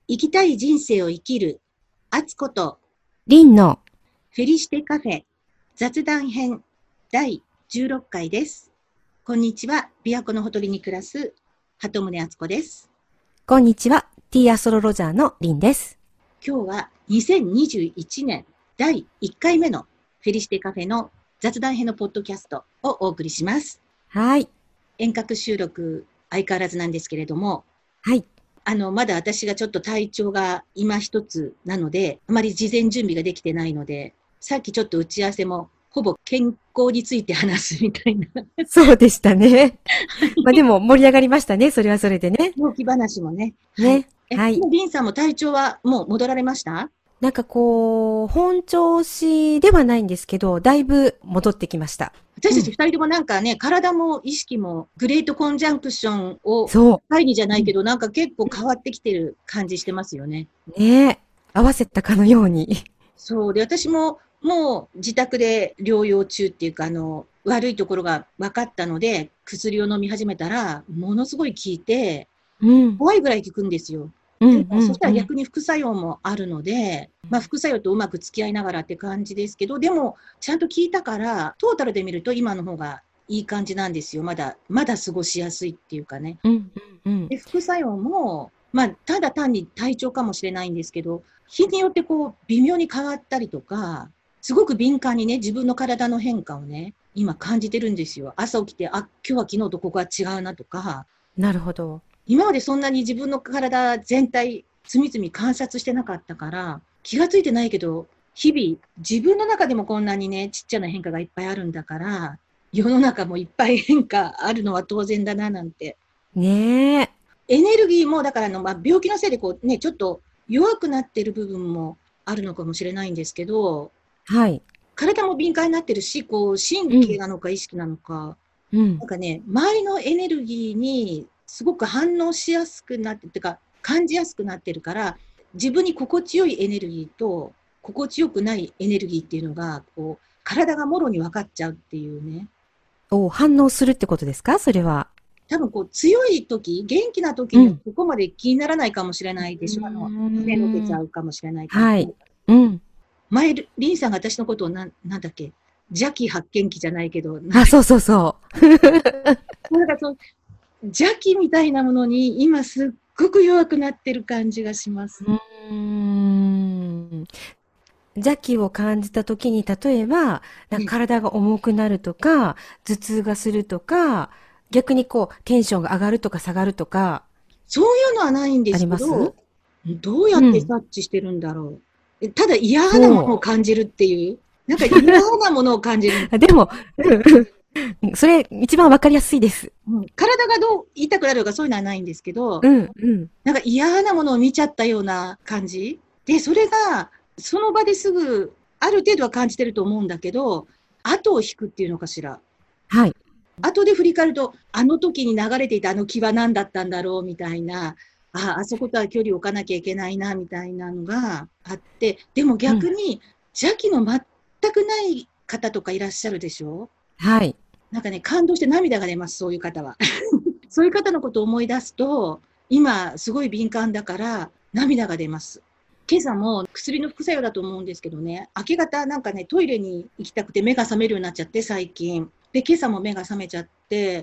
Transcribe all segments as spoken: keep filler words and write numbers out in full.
生きたい人生を生きる、あつことリンのフェリシテカフェ雑談編だいじゅうろっかいです。こんにちは、琵琶湖のほとりに暮らす鳩宗敦子です。 こんにちは、ティーアストロロジャーのリンです。 今日はにせんにじゅういちねんだいいっかいめのフェリシテカフェの雑談編のポッドキャストをお送りします。 はい。 遠隔収録相変わらずなんですけれども、 はい。 あの、まだ私がちょっと体調が今一つなので、あまり事前準備ができてないので、さっきちょっと打ち合わせもほぼ健康について話すみたいな。 そうでしたね。まあでも盛り上がりましたね。それはそれでね。 病気話もね。はい。 ね。 え、 はい。 もうリンさんも体調はもう戻られました？ なんかこう、本調子ではないんですけど、だいぶ戻ってきました。 私たち二人ともなんかね、体も意識もグレートコンジャンクションをそ会議じゃなう。うんいけど、なんか結構変わってきてる感じしてますよね。 ねえ。合わせたかのように。 そうで、私ももう自宅で療養中っていうか、あの、悪いところが分かったので、薬を飲み始めたら、ものすごい効いて、 うん。 怖いぐらい効くんですよ。で、 うんうそしたらんうん。 逆に副作用もあるので、まあ、副作用とうまく付き合いながらって感じですけど、でも、ちゃんと効いたから、トータルで見ると今の方がいい感じなんですよ。まだ、まだ過ごしやすいっていうかね。 うんうんうん。 で、副作用も、まあ、ただ単に体調かもしれないんですけど、日によってこう、微妙に変わったりとか、すごく敏感にね、自分の体の変化をね、今感じてるんですよ。朝起きて、あ、今日は昨日とここは違うなとか、 なるほど。 今までそんなに自分の体全体、つみつみ観察してなかったから、気がついてないけど、日々、自分の中でもこんなにね、ちっちゃな変化がいっぱいあるんだから、世の中もいっぱい変化あるのは当然だな、なんて。 ねえ。 エネルギーも、だからあの、まあ、病気のせいでこうね、ちょっと弱くなってる部分もあるのかもしれないんですけど、 はい。 体も敏感になってるし、こう、神うん。 経なのか意識なのか、 うん。 なんかね、周りのエネルギーにすごく反応しやすくなって、ってか、感じやすくなってるから、自分に心地よいエネルギーと、心地よくないエネルギーっていうのが、こう、体がもろに分かっちゃうっていうね。 お、反応するってことですかそれは？ 多分こう、強い時、元気な時にはうん。 ここまで気にならないかもしれないでうしょ。あの、目のけちーん。 ゃうかもしれないけど。 はい。うん。 前、リンさんが私のことをなん、なんだっけ、邪気発見器じゃないけど、なあ、そうそうそう。 なんかそう、邪気みたいなものに今すっごく弱くなってる感じがします。 うーん。邪気を感じたときに、例えば、なんかね、 体が重くなるとか、頭痛がするとか、逆にこう、テンションが上がるとか下がるとか、 そういうのはないんであすります？ けど、どうやってうん。 察知してるんだろう。ただ嫌なものをそ感じるっていう、なんか嫌なものを感じる。 う。でも、うん、それ一番わかりやすいです。 うん、体がどう痛くなるとかそういうのはないんですけど、 うん、うん。 なんか嫌なものを見ちゃったような感じで、それがその場ですぐある程度は感じてると思うんだけど、後を引くっていうのかしら。 はい。 後で振り返ると、あの時に流れていたあの気は何だったんだろうみたいな、あ、あそことは距離を置かなきゃいけないなみたいなのがあって、でもうん。 逆に邪気の全くない方とかいらっしゃるでしょ？ はい。 なんかね、感動して涙が出ます、そういう方は。そういう方のことを思い出すと、今すごい敏感だから涙が出ます。今朝も薬の副作用だと思うんですけどね、明け方なんかね、トイレに行きたくて目が覚めるようになっちゃって、最近。で、今朝も目が覚めちゃって、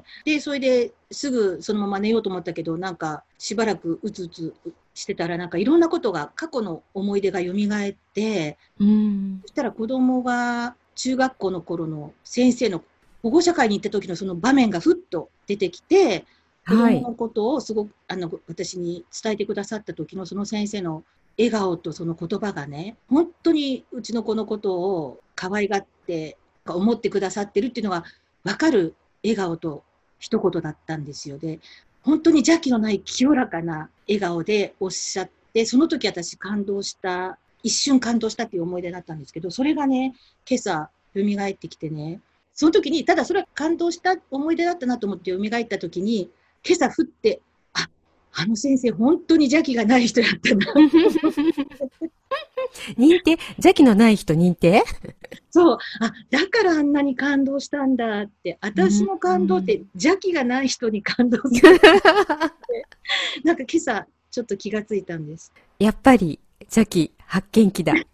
で、それですぐそのまま寝ようと思ったけど、なんかしばらくうつうつしてたら、なんかいろんなことが、過去の思い出が蘇って、 うーん。 そしたら子供が中学校の頃の先生の保護者会に行った時のその場面がふっと出てきて、子はい。 供のことをすごくあの私に伝えてくださった時のその先生の笑顔とその言葉がね、本当にうちの子のことを可愛がって思ってくださってるっていうのが分かる笑顔と一言だったんですよ。で、本当に邪気のない清らかな笑顔でおっしゃって、その時私感動した、一瞬感動したっていう思い出だったんですけど、それがね、今朝蘇ってきてね、その時に、ただそれは感動した思い出だったなと思って蘇った時に、今朝降って、あ、あの先生本当に邪気がない人だったな。 認定邪気のない人認定？ そう、あ、だからあんなに感動したんだって、 うー私の感動ってん。 邪気がない人に感動するって、なんか今朝ちょっと気がついたんです。 やっぱり邪気発見器だ。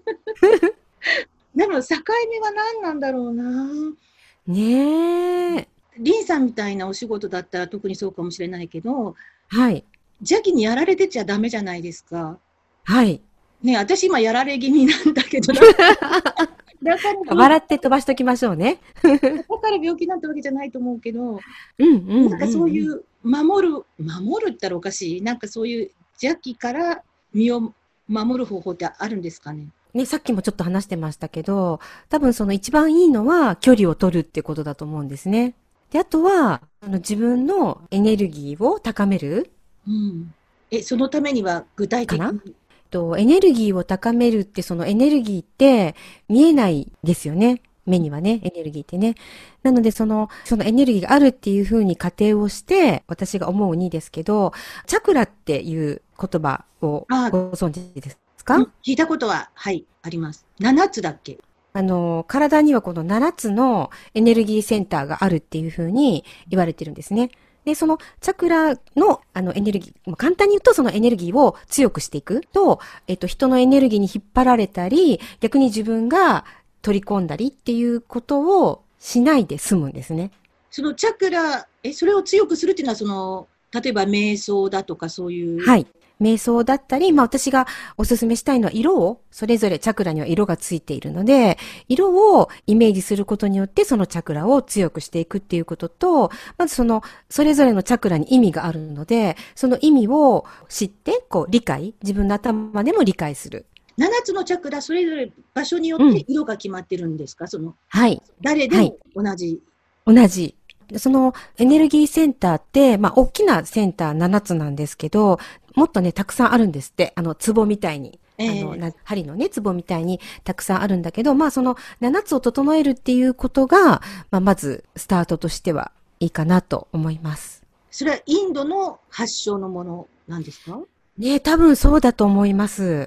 でも境目は何なんだろうな。 ねえ。 リンさんみたいなお仕事だったら特にそうかもしれないけど、 はい。 邪気にやられてちゃダメじゃないですか。 はい。 ね、私今やられ気味なんだけど、だだから病笑って飛ばしときましょうね。 だから病気になったわけじゃないと思うけど、 うんうんなんかうんうん。 そういう守る、守るって言ったらおかしい、なんかそういう邪気から身を守る方法ってあるんですかね。 ね、さっきもちょっと話してましたけど、多分その一番いいのは距離を取るってことだと思うんですね。で、あとは、あの自分のエネルギーを高めるうん。え、そのためには具体かな的に。 と、エネルギーを高めるって、そのエネルギーって見えないですよね。目にはね、エネルギーってね。なので、その、そのエネルギーがあるっていうふうに仮定をして、私が思うにですけど、チャクラっていう言葉をあ、 ご存知ですうん、 か？ 聞いたことは、はい、あります。ななつだっけ？ あの、体にはこのななつのエネルギーセンターがあるっていうふうに言われてるんですね。で、そのチャクラのあのエネルギー、まあ簡単に言うとそのエネルギーを強くしていくと、えっと、人のエネルギーに引っ張られたり、逆に自分が取り込んだりっていうことをしないで済むんですね。 そのチャクラ、え、それを強くするっていうのは、その、例えば瞑想だとかそういう、 はい。瞑想だったり、まあ私がおすすめしたいのは色を、それぞれチャクラには色がついているので、色をイメージすることによってそのチャクラを強くしていくっていうことと、まずその、それぞれのチャクラに意味があるので、その意味を知って、こう理解、自分の頭でも理解する。 ななつのチャクラ、それぞれ場所によっうん。 て色が決まってるんですか？その、 はい。はい。 誰でも同じ。 同じ。そのエネルギーセンターって、まあ、大きなセンターななつなんですけど、もっとね、たくさんあるんですって。あの、壺みたいに。あの、 ええ、 な針のね、壺みたいにたくさんあるんだけど、まあ、そのななつを整えるっていうことが、まあ、まず、スタートとしてはいいかなと思います。 それはインドの発祥のものなんですか？ ね、多分そうだと思います。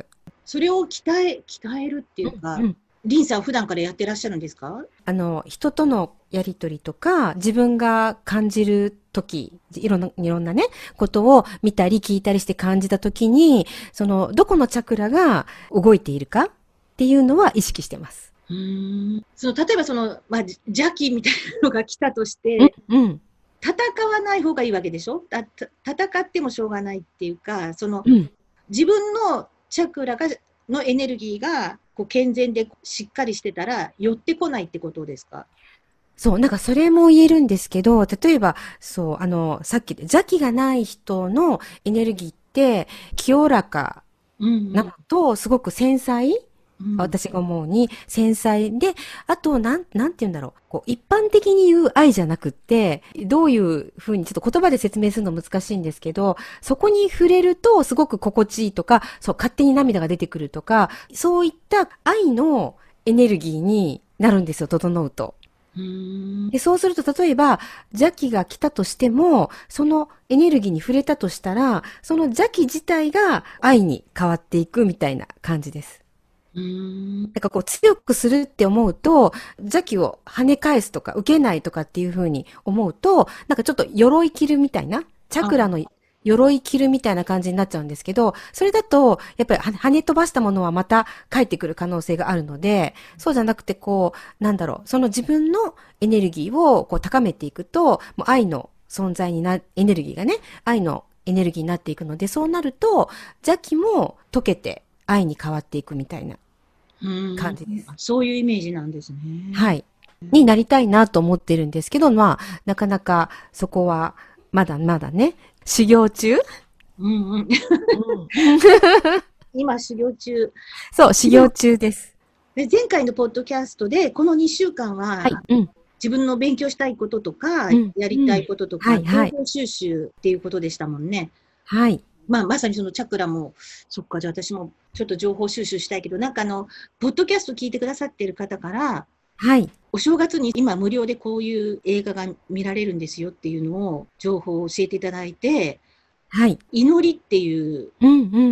それを鍛え、鍛えるっていうか、 うん。 リンさん普段からやってらっしゃるんですか？ あの、人とのやりとりとか、自分が感じるとき、いろんな、いろんなね、ことを見たり聞いたりして感じたときに、その、どこのチャクラが動いているかっていうのは意識してます。 うーん。その、例えばその、まあ、邪気みたいなのが来たとしうん、 て、 うん、 戦わない方がいいわけでしょ？たた戦ってもしょうがないっていうか、その、 うん。 自分のチャクラがのエネルギーがこう健全でしっかりしてたら寄ってこないってことですか？ そう、なんかそれも言えるんですけど、例えば、そう、あの、さっきで邪気がない人のエネルギーって、清らかなのうんと、すごく繊細うん。うん。 私が思うに、繊細で、あと、なん、なんて言うんだろう。こう、一般的に言う愛じゃなくって、どういうふうに、ちょっと言葉で説明するの難しいんですけど、そこに触れると、すごく心地いいとか、そう、勝手に涙が出てくるとか、そういった愛のエネルギーになるんですよ、整うと。 うーん。 で、そうすると、例えば、邪気が来たとしても、そのエネルギーに触れたとしたら、その邪気自体が愛に変わっていくみたいな感じです。 うーん。 なんかこう強くするって思うと、邪気を跳ね返すとか受けないとかっていう風に思うと、なんかちょっと鎧着るみたいな、チャクラあ、 の鎧着るみたいな感じになっちゃうんですけど、それだと、やっぱりは跳ね飛ばしたものはまた帰ってくる可能性があるので、そうじゃなくてこう、なんだろう、その自分のエネルギーをこう高めていくと、もう愛の存在にな、エネルギーがね、愛のエネルギーになっていくので、そうなると、邪気も溶けて愛に変わっていくみたいなうーん。 感じです。 そういうイメージなんですね。 はい。になりたいなと思ってるんですけど、まあ、なかなかそこは、まだまだね、修行中。 うんうん。 うん。 今修行中。 そう、修でも、 行中です。 で前回のポッドキャストで、このにしゅうかんはい。 は、 うん。 自分の勉強したいこととか、 うん。 やりたいうん。 こととか、 はい、はい。 情報収集っていうことでしたもんね。 はい。 まあ、まさにそのチャクラも、そっか、じゃあ私もちょっと情報収集したいけど、なんかあの、ポッドキャスト聞いてくださってる方から、 はい。 お正月に今無料でこういう映画が見られるんですよっていうのを、情報を教えていただいて、 はい。 祈りっていううん、うん。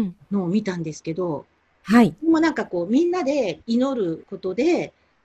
のを見たんですけど、 はい。 でもなんかこう、みんなで祈ることで、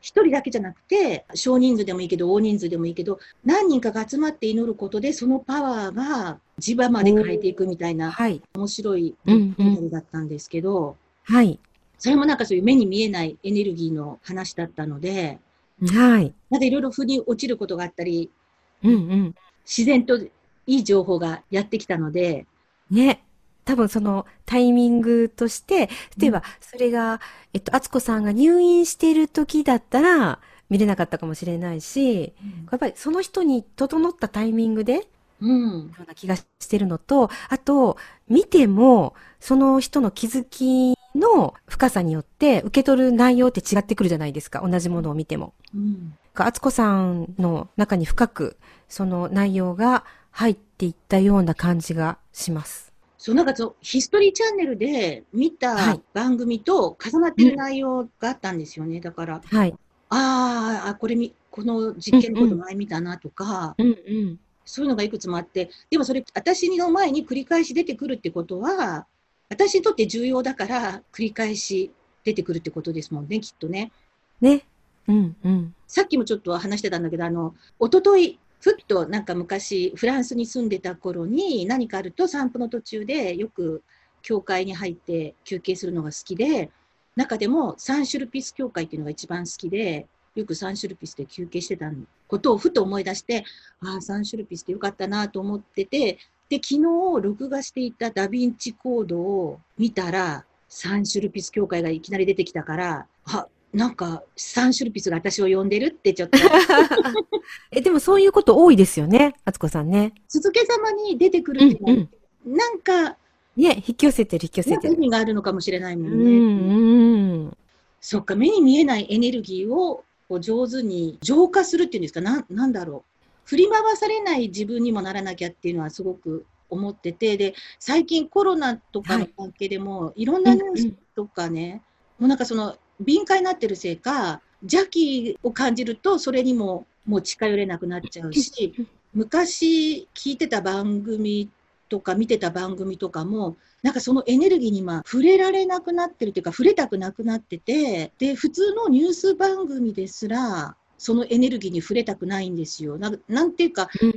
一人だけじゃなくて、少人数でもいいけど、大人数でもいいけど、何人かが集まって祈ることで、そのパワーが磁場まで変えていくみたいな、 はい。 面白いうん、 ドキュメンタリうん。 ーだったんですけど、 はい。 それもなんかそういう目に見えないエネルギーの話だったので、 はい。 なんかいろいろ腑に落ちることがあったり、 うん、うん。 自然といい情報がやってきたので、 ね。多分そのタイミングとして、 うん、 例えばそれが、えっと、敦子さんが入院している時だったら見れなかったかもしれないし、やっぱりその人に整ったタイミングで、 うん、 ような気がしてるのと、あと、見ても、その人の気づきの深さによって受け取る内容って違ってくるじゃないですか。同じものを見ても。 うん、 あつこさんの中に深く、その内容が入っていったような感じがします。 そう、なんかそう、ヒストリーチャンネルで見たはい。 番組と重なってるうん。 内容があったんですよね。だから、 はい。 あーあ、これみ、このうん、 実験のことうん。 前見たなとか、 うん、うん。 そういうのがいくつもあって、でもそれ、私の前に繰り返し出てくるってことは、私にとって重要だから繰り返し出てくるってことですもんね、きっとね。 ね。うん、うん。 さっきもちょっと話してたんだけど、あの、一昨日ふっとなんか昔、フランスに住んでた頃に何かあると散歩の途中でよく教会に入って休憩するのが好きで、中でもサンシュルピス教会っていうのが一番好きで、よくサンシュルピスで休憩してたことをふと思い出して、ああ、サンシュルピスってよかったなと思ってて、で、昨日録画していたダヴィンチコードを見たら、サンシュルピス教会がいきなり出てきたから、あ、なんかサンシュルピスが私を呼んでるってちょっとえ、でもそういうこと多いですよね。あつこさんね。 続けざまに出てくるうん、 っていうのは、 うん。 なんか、 ね、引き寄せてる、引き寄せなんか意てる。 味があるのかもしれないもうんね。 ん、うん。 そっか、目に見えないエネルギーをこう上手に浄化するっていうんですか、なん、なんだろう。振り回されない自分にもならなきゃっていうのはすごく思ってて、で、最近コロナとかはい。 の関係でも、いろんうん、 なニュースうん。 とかね、もうなんかその、敏感になってるせいか、邪気を感じると、それにももう近寄れなくなっちゃうし、昔聞いてた番組とか見てた番組とかも、なんかそのエネルギーに今触れられなくなってるというか、触れたくなくなってて、で、普通のニュース番組ですら、そのエネルギーに触れたくないんですよ。な、なんていうか、 うん。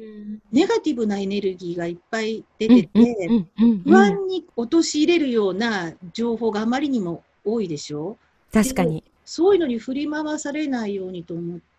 ネガティブなエネルギーがいっぱい出うん、うん、 てて、 うん、うん、 不うん。 安に陥れるような情報があまりにも多いでしょ。で、 確かに。 そういうのに振り回されないようにと思って、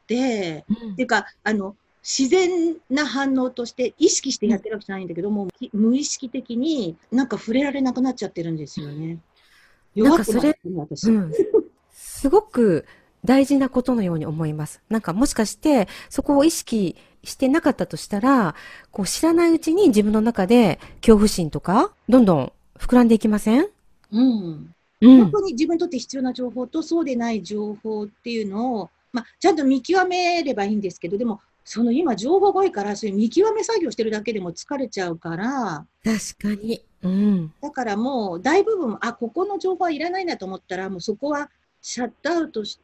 うん、 ていうか、あの、自然な反応として意識してうん。 やってるわけじゃないんだけども、き無意識的になんか触れられなくなっちゃってるんですよね。弱くなんかそれ、 なってるの、私。 うん。すごく大事なことのように思います。なんかもしかしてそこを意識してなかったとしたら、こう知らないうちに自分の中で恐怖心とか、どんどん膨らんでいきません？ うん。 うん。 本当に自分にとって必要な情報とそうでない情報っていうのを、まあ、ちゃんと見極めればいいんですけど、でも、その今情報が多いから、そういう見極め作業してるだけでも疲れちゃうから、 確かに。うん。 だからもう大部分、あ、ここの情報はいらないなと思ったら、もうそこはシャットアウトして、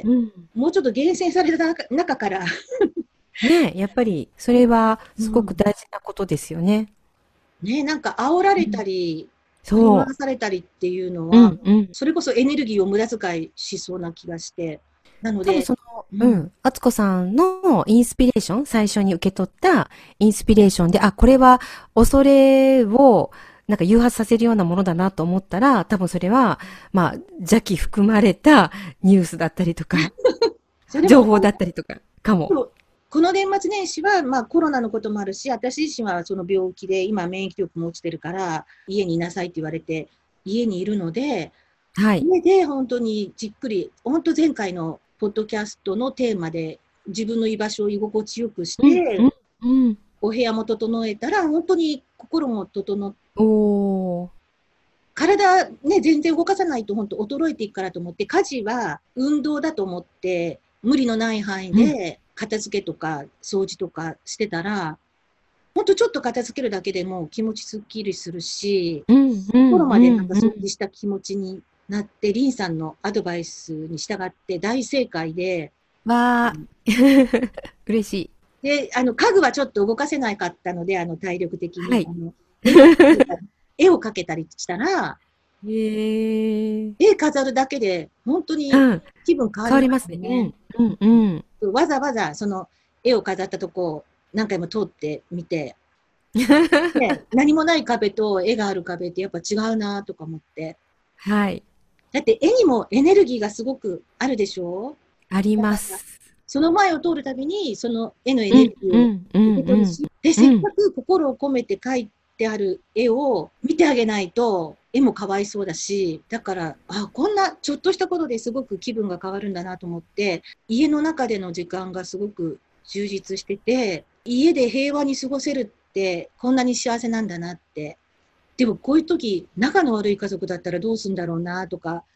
うん。 もうちょっと厳選された中中から、 ねえ、やっぱりそれはうん、 すごく大事なことですよね。 ね、なんか煽られうん。 たり、振りそ回されたりっていうのう。うは、 ん、うん。 それこそエネルギーを無駄遣いしそうな気がして、なので、 多分その、 うん、 うん、敦子さんのインスピレーション、最初に受け取ったインスピレーションで、あ、これは恐れをなんか誘発させるようなものだなと思ったら、多分それは、まあ、邪気含まれたニュースだったりとか、 それも情報だったりとか、かも。 この年末年始は、まあ、コロナのこともあるし、私自身はその病気で今免疫力も落ちてるから家にいなさいって言われて家にいるので、 はい。 家で本当にじっくり、本当前回のポッドキャストのテーマで自分の居場所を居心地よくしうん、うて、 ん、うん。 お部屋も整えたら本当に心も整っ、 おー。 体ね、全然動かさないと本当衰えていくからと思って、家事は運動だと思って、無理のない範囲うん、 で片付けとか掃除とかしてたら、本当ちょっと片付けるだけでも気持ちすっきりするし、 うん、うん、 心までなんうん、 か掃除うん。 した気持ちになって、リンさんのアドバイスに従って大正解で、 わー。嬉しい。 で、あの、家具はちょっと動かせなかったので、あの、体力的に、 はい。 あの、絵を描けたり、絵を描けたりしたら、 へー。 絵飾るだけで、本当にうん。 気分変わ変わりりまますね。 すね。 うん。うん。うん。 わざわざその絵を飾ったとこを何回も通ってみて、で、何もない壁と絵がある壁ってやっぱ違うなとか思って。 はい。 だって絵にもエネルギーがすごくあるでしょ？ ありだからます。 その前を通るたびに、その絵のエうん。 ネルギーをうん。うん。うん。 受け取るし、で、 うん。 せっかく心を込めて描いてある絵を見てあげないと、絵もかわいそうだし、だから、あ、こんなちょっとしたことですごく気分が変わるんだなと思って、家の中での時間がすごく充実してて、家で平和に過ごせるってこんなに幸せなんだなって。でもこういう時、仲の悪い家族だったらどうするんだろうなとか。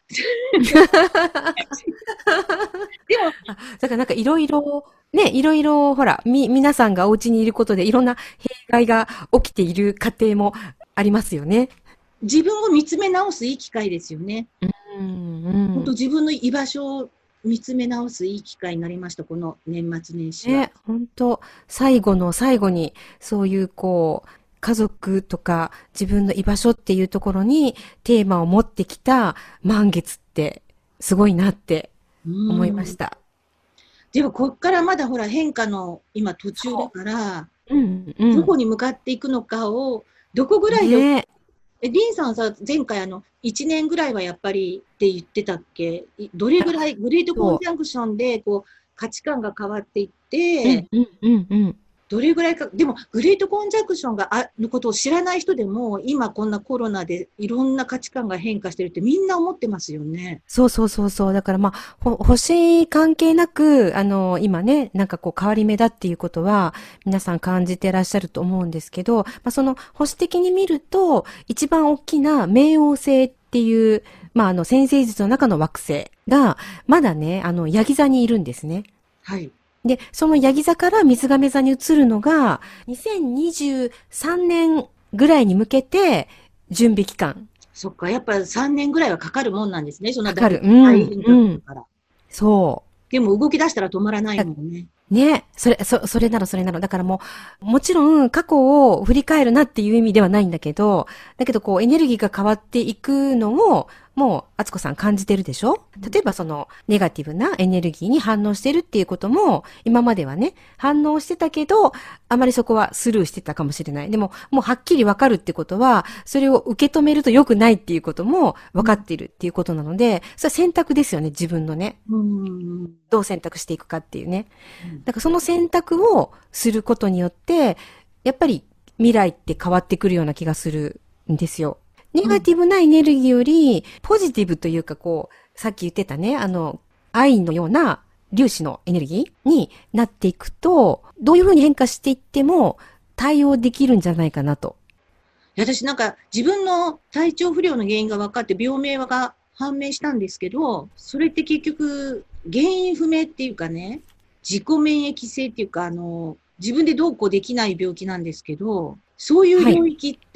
でも、 あ、だからなんかいろいろ、ね、いろいろ、ほら、み、皆さんがお家にいることでいろんな弊害が起きている家庭もありますよね。 自分を見つめ直すいい機会ですよね。 うん、う本当ん。 自分の居場所を見つめ直すいい機会になりました、この年末年始は。 ね、本当最後の最後に、そういうこう、家族とか自分の居場所っていうところにテーマを持ってきた満月ってすごいなってう思いましん。 た。 でも、こっからまだほら変化の今途中だそから、 う。うん、うん。 どこに向かっていくのかを、どこぐらいで、 ねえ。 え、リンさんさ、前回あの、いちねんぐらいはやっぱりって言ってたっけ？いどれぐらい、グレートコンそジャンクションで、こう、価値観が変わっていっう。うて、 ん、うん、うん、うん。 どれぐらいか、でも、グレートコンジャンクションがあることを知らない人でも、今こんなコロナでいろんな価値観が変化してるってみんな思ってますよね。 そうそうそうそう。だからまあ、ほ、星関係なく、あの、今ね、なんかこう変わり目だっていうことは、皆さん感じてらっしゃると思うんですけど、まあその星的に見ると、一番大きな冥王星っていう、まああの、占星術の中の惑星が、まだね、あの、ヤギ座にいるんですね。 はい。 で、そのヤギ座から水亀座に移るのが、にせんにじゅうさんねんぐらいに向けて、準備期間そっか、やっぱさんねんぐらいはかかるもんなんですね。そんな大かかる。うん、 大変革うん。 だから。 そう。 でも動き出したら止まらないもんね。 ね、それ、そ、それなの、それなの。だからもう、もちろん過去を振り返るなっていう意味ではないんだけど、だけどこうエネルギーが変わっていくのを、もう、敦子さん感じてるでしょ？例えばその、ネガティブなエネルギーに反応してるっていうことも、今まではね、反応してたけど、あまりそこはスルーしてたかもしれない。でも、もうはっきりわかるってことは、それを受け止めると良くないっていうことも分かっているっていうことなので、それは選択ですよね、自分のね。 うん。うん。 どう選択していくかっていうね。だからその選択をすることによって、やっぱり未来って変わってくるような気がするんですよ。ネうん。 ガティブなエネルギーより、ポジティブというかこう、さっき言ってたね、あの、愛のような粒子のエネルギーになっていくと、どういうふうに変化していっても対応できるんじゃないかなと。 私なんか自分の体調不良の原因が分かって病名が判明したんですけど、それって結局原因不明っていうかね、自己免疫性っていうか、あの、自分でどうこうできない病気なんですけど、そういうはい。 領域って、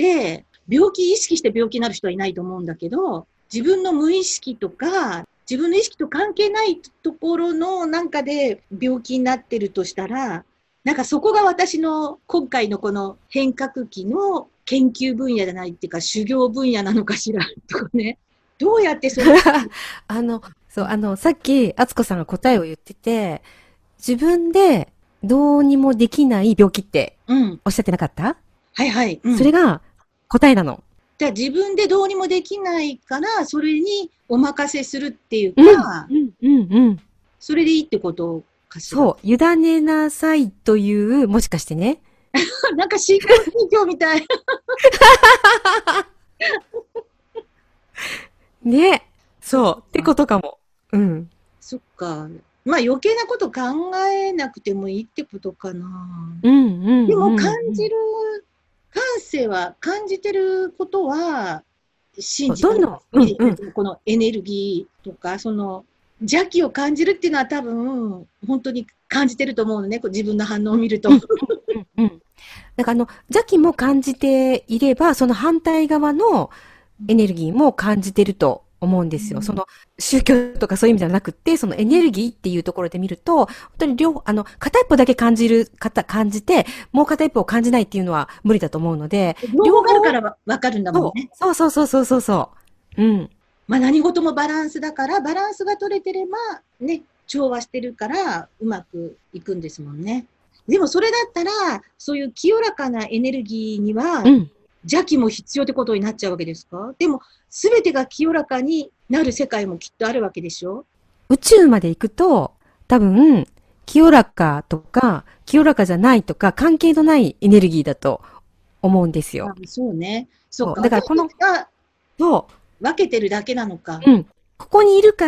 病気意識して病気になる人はいないと思うんだけど、自分の無意識とか、自分の意識と関係ないところのなんかで病気になってるとしたら、なんかそこが私の今回のこの変革期の研究分野じゃないっていうか修行分野なのかしらとかね。どうやってそれ、 あの、そう、あの、さっき、敦子さんが答えを言ってて、自分でどうにもできない病気ってうん。 おっしゃってなかった？ はいはい。うん。 それが答えなの。 じゃあ自分でどうにもできないから、それにお任せするっていううん、 か、 うん、うん、うん。 それでいいってことかしら。 そう、委ねなさいという、もしかしてね。 なんか新興宗教みたい。 ね。 そっそう、ってか。 ことかも。うん。 そっか。まあ余計なこと考えなくてもいいってことかな。 うん、うん、うでも感ん、うん。 じる、感性は、感じてることは信じてまどんどん、うん、うん。 すね。このエネルギーとか、その邪気を感じるっていうのは多分、本当に感じてると思うのね。こう自分の反応を見ると。 うん、うん、うん。だからあの、邪気も感じていれば、その反対側のエネルギーも感じてると思うんですよ。その宗教とかそういう意味じゃなくて、そのエネルギーっていうところで見ると、本当に両、あの、片一方だけ感じる方、感じて、もう片一方を感じないっていうのは無理だと思うので、 両方あるか両方、 らわわかるんだもんそね。 う、そうそうそうそうそうそう。 うん。 まあ何事もバランスだから、バランスが取れてれば、ね、調和してるから、うまくいくんですもんね。でもそれだったら、そういう清らかなエネルギーには、 うん。 邪気も必要ってことになっちゃうわけですか？でも、すべてが清らかになる世界もきっとあるわけでしょ？ 宇宙まで行くと、多分、清らかとか、清らかじゃないとか、関係のないエネルギーだと思うんですよ。 あ、そうね。そっそう。 か、私だからこの、 たちがそ分けてるだけなのか。 う、うん。ここにいるから、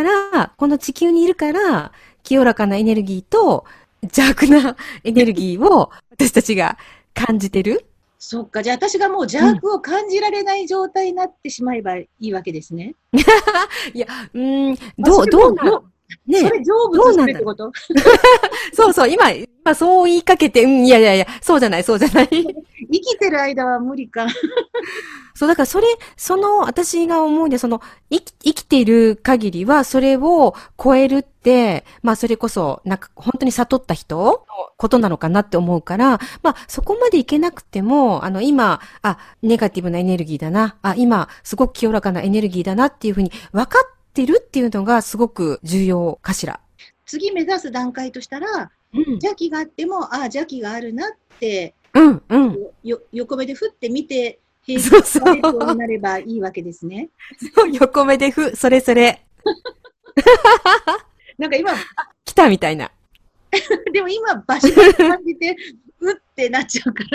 この地球にいるから、清らかなエネルギーと邪悪なエネルギーを私たちが感じてる。 そっか、じゃあ私がもう邪うん。 悪を感じられない状態になってしまえばいいわけですね。 いや、うーん、 あ、 どう、 それどうなのもう、そねえ、 れ成仏しどうなんだろう。 てるってこと？ そうそう、今、今そう言いかけて、うん、いやいやいや、そうじゃない、そうじゃない。 生きてる間は無理か。 そう、だからそれ、その、私が思うんで、その、生き、生きている限りは、それを超えるって、まあ、それこそ、なんか、本当に悟った人のことなのかなって思うから、まあ、そこまでいけなくても、あの、今、あ、ネガティブなエネルギーだな、あ、今、すごく清らかなエネルギーだなっていうふうに分かってるっていうのが、すごく重要かしら。 次目指す段階としたら、 うん。 邪気があっても、ああ、邪気があるなって、 うん、うん。 よ、横目で振って見て、平気でそうそられるようにう。 なればいいわけですね。 そう、横目でふ、それそれ、 なんか今、 来たみたいな。 でも今、バシバシ感じて、うってなっちゃうから。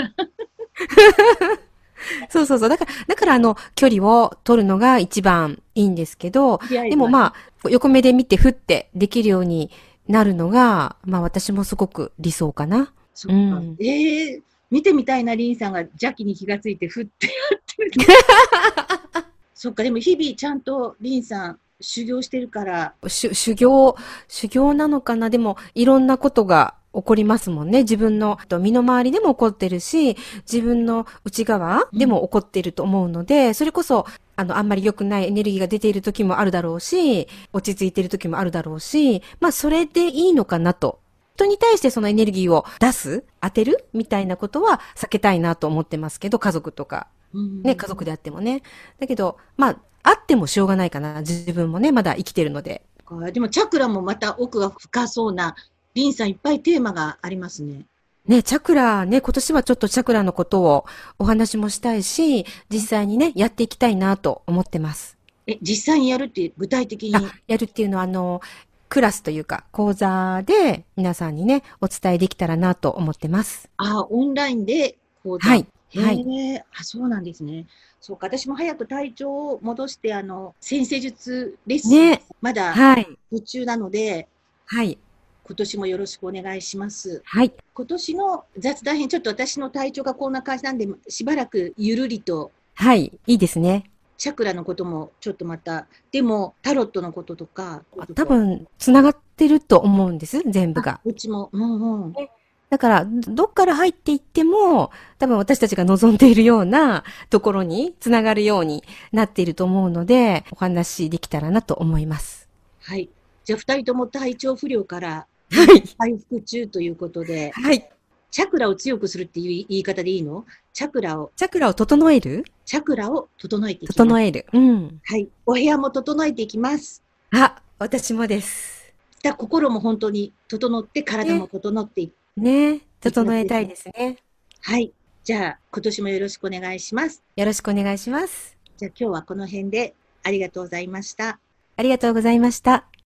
そうそうそう。だから、だからあの、距離を取るのが一番いいんですけど、 出会えばね。 でもまあ、横目で見てふってできるようになるのが、まあ私もすごく理想かな。 そっか。 うん。 ええー、見てみたいな、リンさんが邪気に気がついて、ふってやってるの。そっか、でも日々ちゃんとリンさん修行してるから、 し修行、修行なのかな。でも、いろんなことが起こりますもんね。自分のと身の回りでも起こってるし、自分の内側でうん、 も起こっていると思うので、それこそ、あの、あんまり良くないエネルギーが出ている時もあるだろうし、落ち着いている時もあるだろうし、まあ、それでいいのかなと。人に対してそのエネルギーを出す、当てるみたいなことは避けたいなと思ってますけど、家族とか。 うね、 ん、 家族であってもね。だけど、まあ、あってもしょうがないかな。自分もね、まだ生きてるので。 かでもチャクラもまた奥が深そうな、リンさんいっぱいテーマがありますね。 ね、チャクラね、今年はちょっとチャクラのことをお話もしたいし、実際にね、やっていきたいなと思ってます。 え、実際にやるって具体的あ、 に、 やるっていうのは、あの、クラスというか、講座で皆さんにね、お伝えできたらなと思ってます。 あ、オンラインで講座。 はい。 へはい。 え、あ、そうなんですね。そうか、私も早く体調を戻して、あの、先生術レッスン、 ね。 まだはい。 途中なので、 はい。 今年もよろしくお願いします。 はい。 今年の雑談編、ちょっと私の体調がこんな感じなんで、しばらくゆるりと、 はい。いいですね。 チャクラのこともちょっとまた、でもタロットのこととか、 多分、つながってると思うんです、全部あ、 が。 うちも、うんうん。 だから、どっから入っていっても、多分私たちが望んでいるようなところにつながるようになっていると思うので、お話できたらなと思います。 はい。じゃあ、二人とも体調不良からはい。 回復中ということで、 はい。 チャクラを強くするっていう言い方でいいの？チャクラを、 チャクラを整えるチャクラを整えていきます。 整える。うん。 はい。お部屋も整えていきます。 あ、私もです。 だ心も本当に整って、体もね。 整っていね。 いきま整えたいすですね。 ですね。 はい。じゃあ、今年もよろしくお願いします。 よろしくお願いします。 じゃあ、今日はこの辺でありがとうございました。 ありがとうございました。